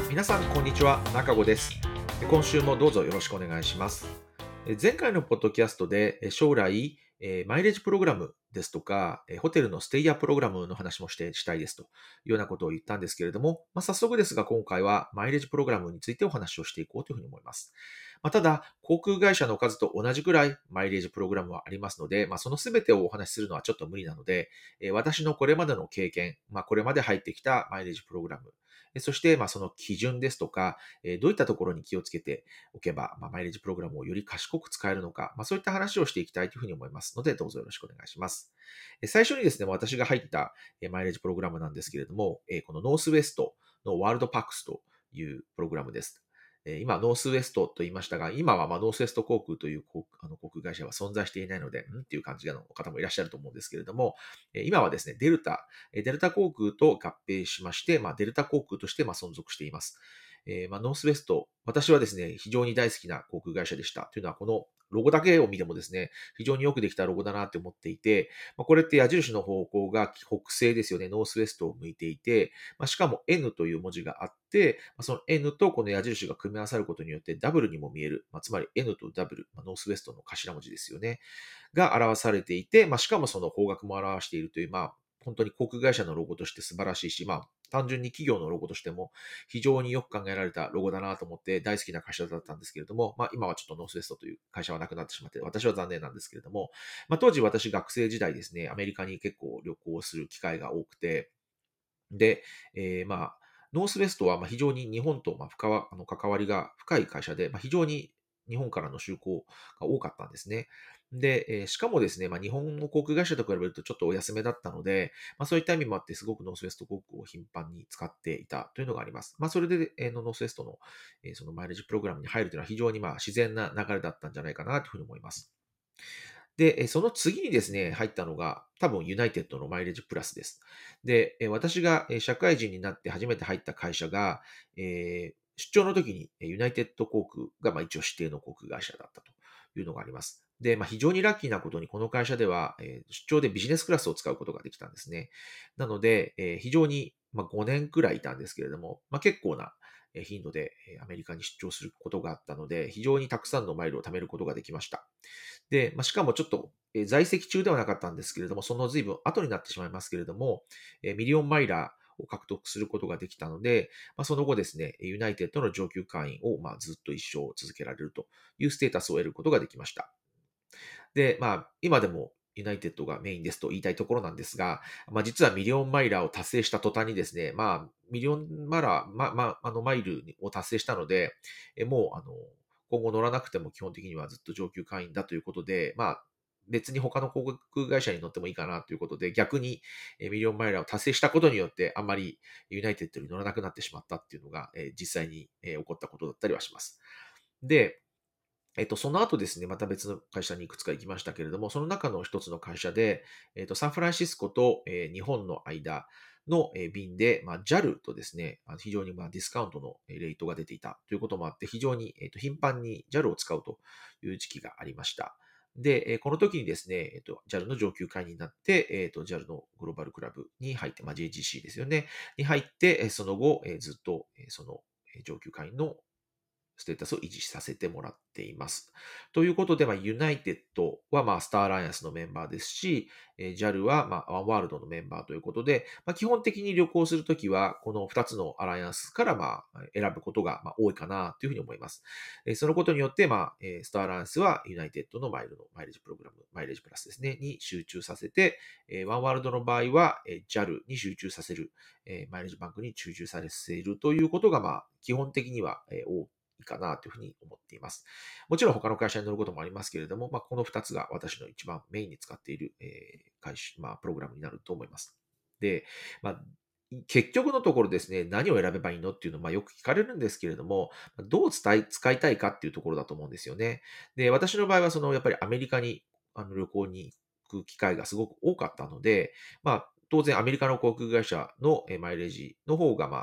皆さん、こんにちは。中子です。今週もどうぞよろしくお願いします。前回のポッドキャストで将来、マイレージプログラムですとか、ホテルのステイヤープログラムの話もしたいですというようなことを言ったんですけれども、早速ですが今回はマイレージプログラムについてお話をしていこうというふうに思います。ただ、航空会社の数と同じくらいマイレージプログラムはありますので、その全てをお話しするのはちょっと無理なので、私のこれまでの経験、これまで入ってきたマイレージプログラム、そしてその基準ですとか、どういったところに気をつけておけば、マイレージプログラムをより賢く使えるのか、そういった話をしていきたいというふうに思いますので、どうぞよろしくお願いします。最初にですね、私が入ったマイレージプログラムなんですけれども、このノースウェストのワールドパックスというプログラムです。今、ノースウェストと言いましたが、今はノースウェスト航空という航空会社は存在していないので、っていう感じの方もいらっしゃると思うんですけれども、今はですね、デルタ航空と合併しまして、デルタ航空として存続しています。ノースウェスト、私はですね、非常に大好きな航空会社でした。というのは、このロゴだけを見てもですね、非常によくできたロゴだなって思っていて、これって矢印の方向が北西ですよね、ノースウェストを向いていて、しかも N という文字があって、その N とこの矢印が組み合わさることによって W にも見える、つまり N と W、ノースウェストの頭文字ですよね、が表されていて、しかもその方角も表しているという、本当に航空会社のロゴとして素晴らしいし、単純に企業のロゴとしても非常によく考えられたロゴだなと思って大好きな会社だったんですけれども、今はちょっとノースウェストという会社はなくなってしまって、私は残念なんですけれども、当時私学生時代ですね、アメリカに結構旅行する機会が多くて、で、ノースウェストは非常に日本と関わりが深い会社で、非常に日本からの就航が多かったんですね。で、しかもですね、日本の航空会社と比べるとちょっとお安めだったので、そういった意味もあって、すごくノースウェスト航空を頻繁に使っていたというのがあります。それで、ノースウェストの、そのマイレージプログラムに入るというのは非常に自然な流れだったんじゃないかなというふうに思います。で、その次にですね、入ったのが、多分ユナイテッドのマイレージプラスです。で、私が社会人になって初めて入った会社が、出張の時にユナイテッド航空が一応指定の航空会社だったというのがあります。で、非常にラッキーなことにこの会社では、出張でビジネスクラスを使うことができたんですね。なので、非常に5年くらいいたんですけれども、結構な頻度でアメリカに出張することがあったので、非常にたくさんのマイルを貯めることができました。で、しかもちょっと、在籍中ではなかったんですけれども、その随分後になってしまいますけれども、ミリオンマイラーを獲得することができたので、その後ですね、ユナイテッドの上級会員をずっと一生続けられるというステータスを得ることができました。で、今でもユナイテッドがメインですと言いたいところなんですが、実はミリオンマイラーを達成した途端にですね、ミリオンマラー、マイルを達成したので、もう、今後乗らなくても基本的にはずっと上級会員だということで、別に他の航空会社に乗ってもいいかなということで、逆にミリオンマイラーを達成したことによって、あんまりユナイテッドに乗らなくなってしまったっていうのが、実際に起こったことだったりはします。で、その後ですね、また別の会社にいくつか行きましたけれども、その中の一つの会社で、サンフランシスコと、日本の間の、便で、JAL とですね、非常にディスカウントのレートが出ていたということもあって、非常に、頻繁に JAL を使うという時期がありました。で、この時にですね、JAL の上級会員になって、JAL のグローバルクラブに入って、JGC ですよね、に入って、その後、ずっと、その上級会員のステータスを維持させてもらっています。ということで、ユナイテッドは、スターアライアンスのメンバーですし、JAL は、ワンワールドのメンバーということで、基本的に旅行するときは、この2つのアライアンスから、選ぶことが、多いかなというふうに思います。そのことによって、スターアライアンスはユナイテッドのマイレージプログラム、マイレージプラスですね、に集中させて、ワンワールドの場合は、JAL に集中させる、マイレージバンクに集中させるということが、基本的には、多いかなというふうに思っています。もちろん他の会社に乗ることもありますけれども、この2つが私の一番メインに使っている、プログラムになると思います。で、結局のところですね、何を選べばいいのっていうのをよく聞かれるんですけれども、どう使いたいかっていうところだと思うんですよね。で、私の場合はやっぱりアメリカに旅行に行く機会がすごく多かったので、当然アメリカの航空会社のマイレージの方が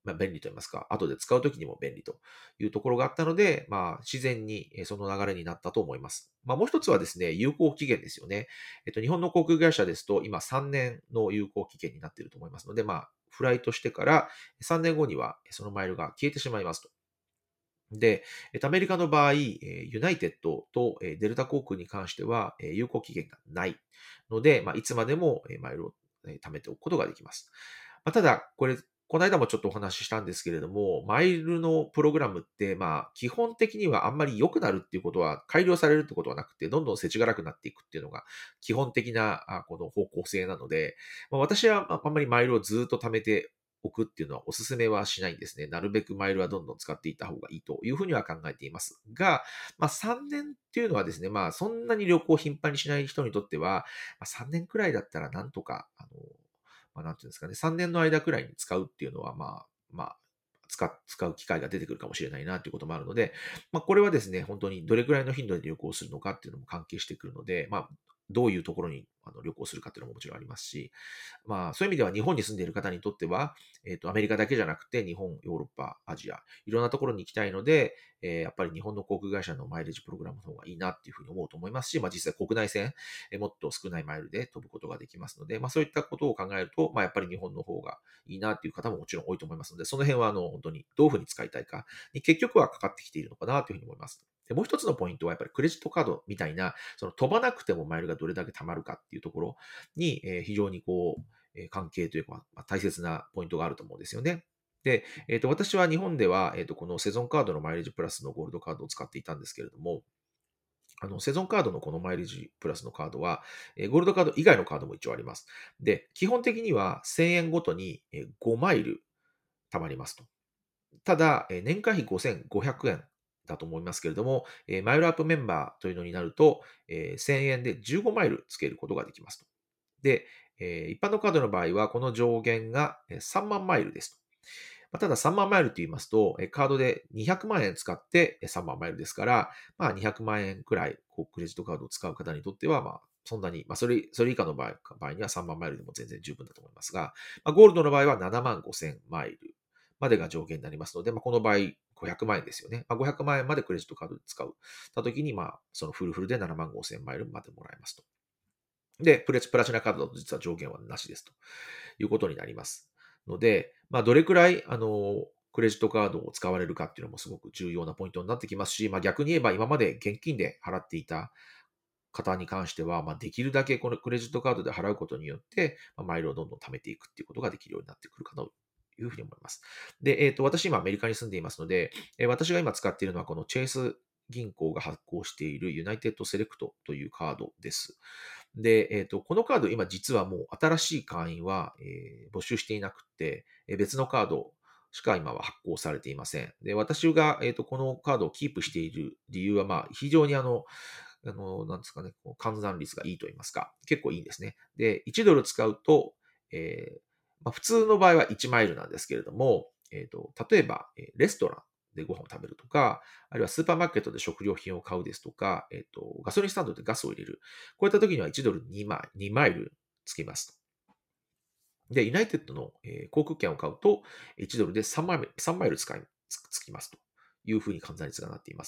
便利と言いますか、後で使うときにも便利というところがあったので、自然にその流れになったと思います。もう一つはですね、有効期限ですよね。日本の航空会社ですと、今3年の有効期限になっていると思いますので、フライトしてから3年後にはそのマイルが消えてしまいますと。で、アメリカの場合、ユナイテッドとデルタ航空に関しては、有効期限がないので、いつまでもマイルを貯めておくことができます。ただ、この間もちょっとお話ししたんですけれども、マイルのプログラムって、基本的にはあんまり良くなるっていうことは、改良されるってことはなくて、どんどん世知辛くなっていくっていうのが基本的なこの方向性なので、私はあんまりマイルをずっと貯めて置くっていうのはお勧めはしないんですね。なるべくマイルはどんどん使っていった方がいいというふうには考えていますが、3年っていうのはですね、そんなに旅行を頻繁にしない人にとっては、3年くらいだったらなんとか、なんていうんですかね、3年の間くらいに使うっていうのは、使う機会が出てくるかもしれないなということもあるので、これはですね、本当にどれくらいの頻度で旅行するのかっていうのも関係してくるので、どういうところに旅行するかっていうのももちろんありますし、そういう意味では日本に住んでいる方にとっては、アメリカだけじゃなくて日本、ヨーロッパ、アジア、いろんなところに行きたいので、やっぱり日本の航空会社のマイレージプログラムの方がいいなっていうふうに思うと思いますし、実際国内線、もっと少ないマイルで飛ぶことができますので、そういったことを考えると、やっぱり日本の方がいいなっていう方ももちろん多いと思いますので、その辺は本当にどういうふうに使いたいかに結局はかかってきているのかなというふうに思います。で、もう一つのポイントはやっぱりクレジットカードみたいな、その飛ばなくてもマイルがどれだけ貯まるかっていうところに、非常に関係というか、大切なポイントがあると思うんですよね。で、私は日本では、このセゾンカードのマイレージプラスのゴールドカードを使っていたんですけれども、セゾンカードのこのマイレージプラスのカードは、ゴールドカード以外のカードも一応あります。で、基本的には1000円ごとに5マイル貯まりますと。ただ、年会費5500円だと思いますけれども、マイルアップメンバーというのになると、1000円で15マイルつけることができますと。で、一般のカードの場合は、この上限が3万マイルですと。ただ3万マイルと言いますと、カードで200万円使って3万マイルですから、200万円くらいクレジットカードを使う方にとっては、そんなに、それ以下の場合には3万マイルでも全然十分だと思いますが、ゴールドの場合は7万5000マイルまでが上限になりますので、この場合500万円ですよね。500万円までクレジットカードで使うたときに、そのフルフルで7万5000マイルまでもらえますと。で、プラチナカードだと実は上限はなしですということになりますので、どれくらい、クレジットカードを使われるかっていうのもすごく重要なポイントになってきますし、逆に言えば今まで現金で払っていた方に関しては、できるだけこのクレジットカードで払うことによって、マイルをどんどん貯めていくっていうことができるようになってくるかなというふうに思います。で、私今アメリカに住んでいますので、私が今使っているのはこのチェイス銀行が発行しているユナイテッドセレクトというカードです。で、このカード、今実はもう新しい会員は、募集していなくて、別のカードしか今は発行されていません。で、私が、このカードをキープしている理由は、非常になんですかね、換算率がいいと言いますか、結構いいんですね。で、1ドル使うと、普通の場合は1マイルなんですけれども、例えば、レストランでご飯を食べるとか、あるいはスーパーマーケットで食料品を買うですとか、ガソリンスタンドでガスを入れる。こういった時には1ドル2マイルつきます。で、ユナイテッドの航空券を買うと、1ドルで3マイルつきますというふうに換算率がなっています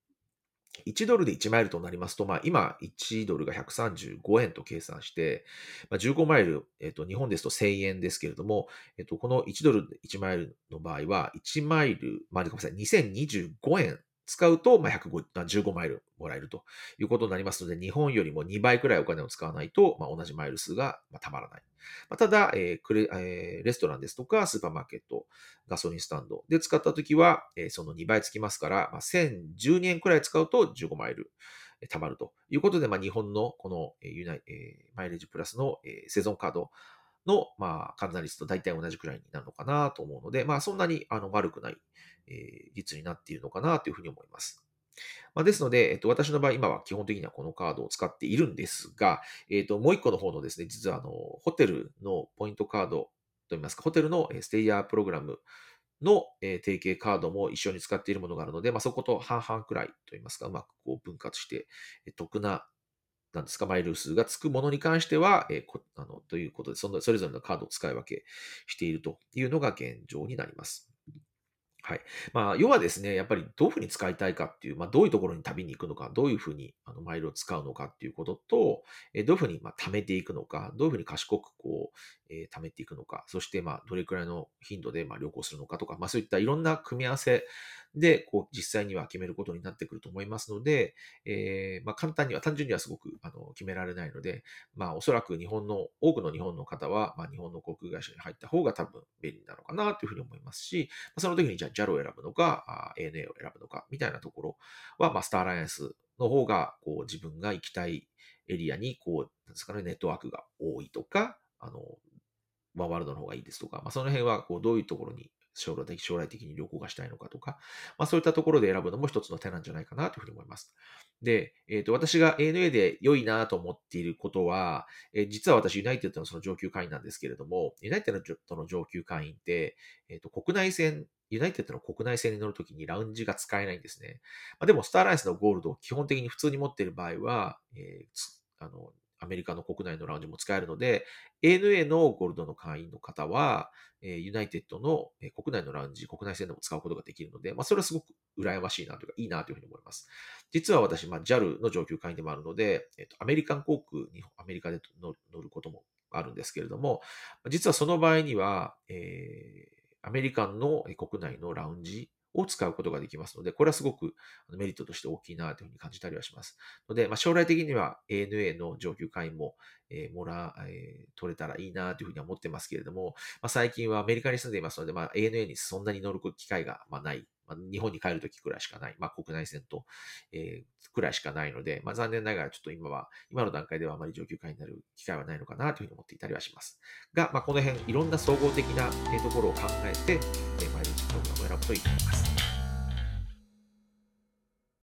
。1ドルで1マイルとなりますと、今、1ドルが135円と計算して、15マイル、日本ですと1000円ですけれども、この1ドル1マイルの場合は、1マイル、ごめんなさい、2025円使うと、15マイルもらえるということになりますので、日本よりも2倍くらいお金を使わないと、同じマイル数がたまらない。ただ、レストランですとか、スーパーマーケット、ガソリンスタンドで使ったときは、その2倍つきますから、1012円くらい使うと15マイル貯まるということで、日本のこのマイレージプラスのセゾンカードの、換算率と大体同じくらいになるのかなと思うので、そんなに悪くない、率になっているのかなというふうに思います。ですので、私の場合、今は基本的にはこのカードを使っているんですが、もう一個の方のですね、実はホテルのポイントカードといいますか、ホテルのステイヤープログラムの提携カードも一緒に使っているものがあるので、そこと半々くらいといいますか、うまく分割して、得な、なんですか、マイル数がつくものに関しては、ということで、それぞれのカードを使い分けしているというのが現状になります。 はい。要はですね、やっぱりどういうふうに使いたいかっていう、どういうところに旅に行くのか、どういうふうにマイルを使うのかっていうことと、どういうふうに貯めていくのか、どういうふうに賢く貯めていくのか、そしてどれくらいの頻度で旅行するのかとか、そういったいろんな組み合わせで、実際には決めることになってくると思いますので、簡単には、単純にはすごく決められないので、おそらく多くの日本の方は、日本の航空会社に入った方が多分便利なのかなというふうに思いますし、その時にじゃあ JAL を選ぶのか、ANA を選ぶのか、みたいなところは、スターアライアンスの方が、自分が行きたいエリアに、なんですかね、ネットワークが多いとか、ワンワールドの方がいいですとか、その辺はどういうところに将来的に旅行がしたいのかとか、そういったところで選ぶのも一つの手なんじゃないかなというふうに思います。で、私が ANA で良いなと思っていることは、実は私ユナイテッドのその上級会員なんですけれども、ユナイテッドの上級会員って、ユナイテッドの国内線に乗るときにラウンジが使えないんですね。でも、スターアライアンスのゴールドを基本的に普通に持っている場合は、アメリカの国内のラウンジも使えるので、ANA のゴールドの会員の方は、ユナイテッドの国内のラウンジ、国内線でも使うことができるので、それはすごく羨ましいなというか、いいなというふうに思います。実は私、JAL の上級会員でもあるので、アメリカン航空にアメリカで乗ることもあるんですけれども、実はその場合には、アメリカンの国内のラウンジを使うことができますので、これはすごくメリットとして大きいなというふうに感じたりはします。ので、将来的には ANA の上級会員も、取れたらいいなというふうには思ってますけれども、最近はアメリカに住んでいますので、ANA にそんなに乗る機会がない。日本に帰るときくらいしかない。国内線と、くらいしかないので、残念ながらちょっと今の段階ではあまり上級会員になる機会はないのかなというふうに思っていたりはします。が、この辺、いろんな総合的なところを考えて、毎日プログラムを選ぶといいと思います。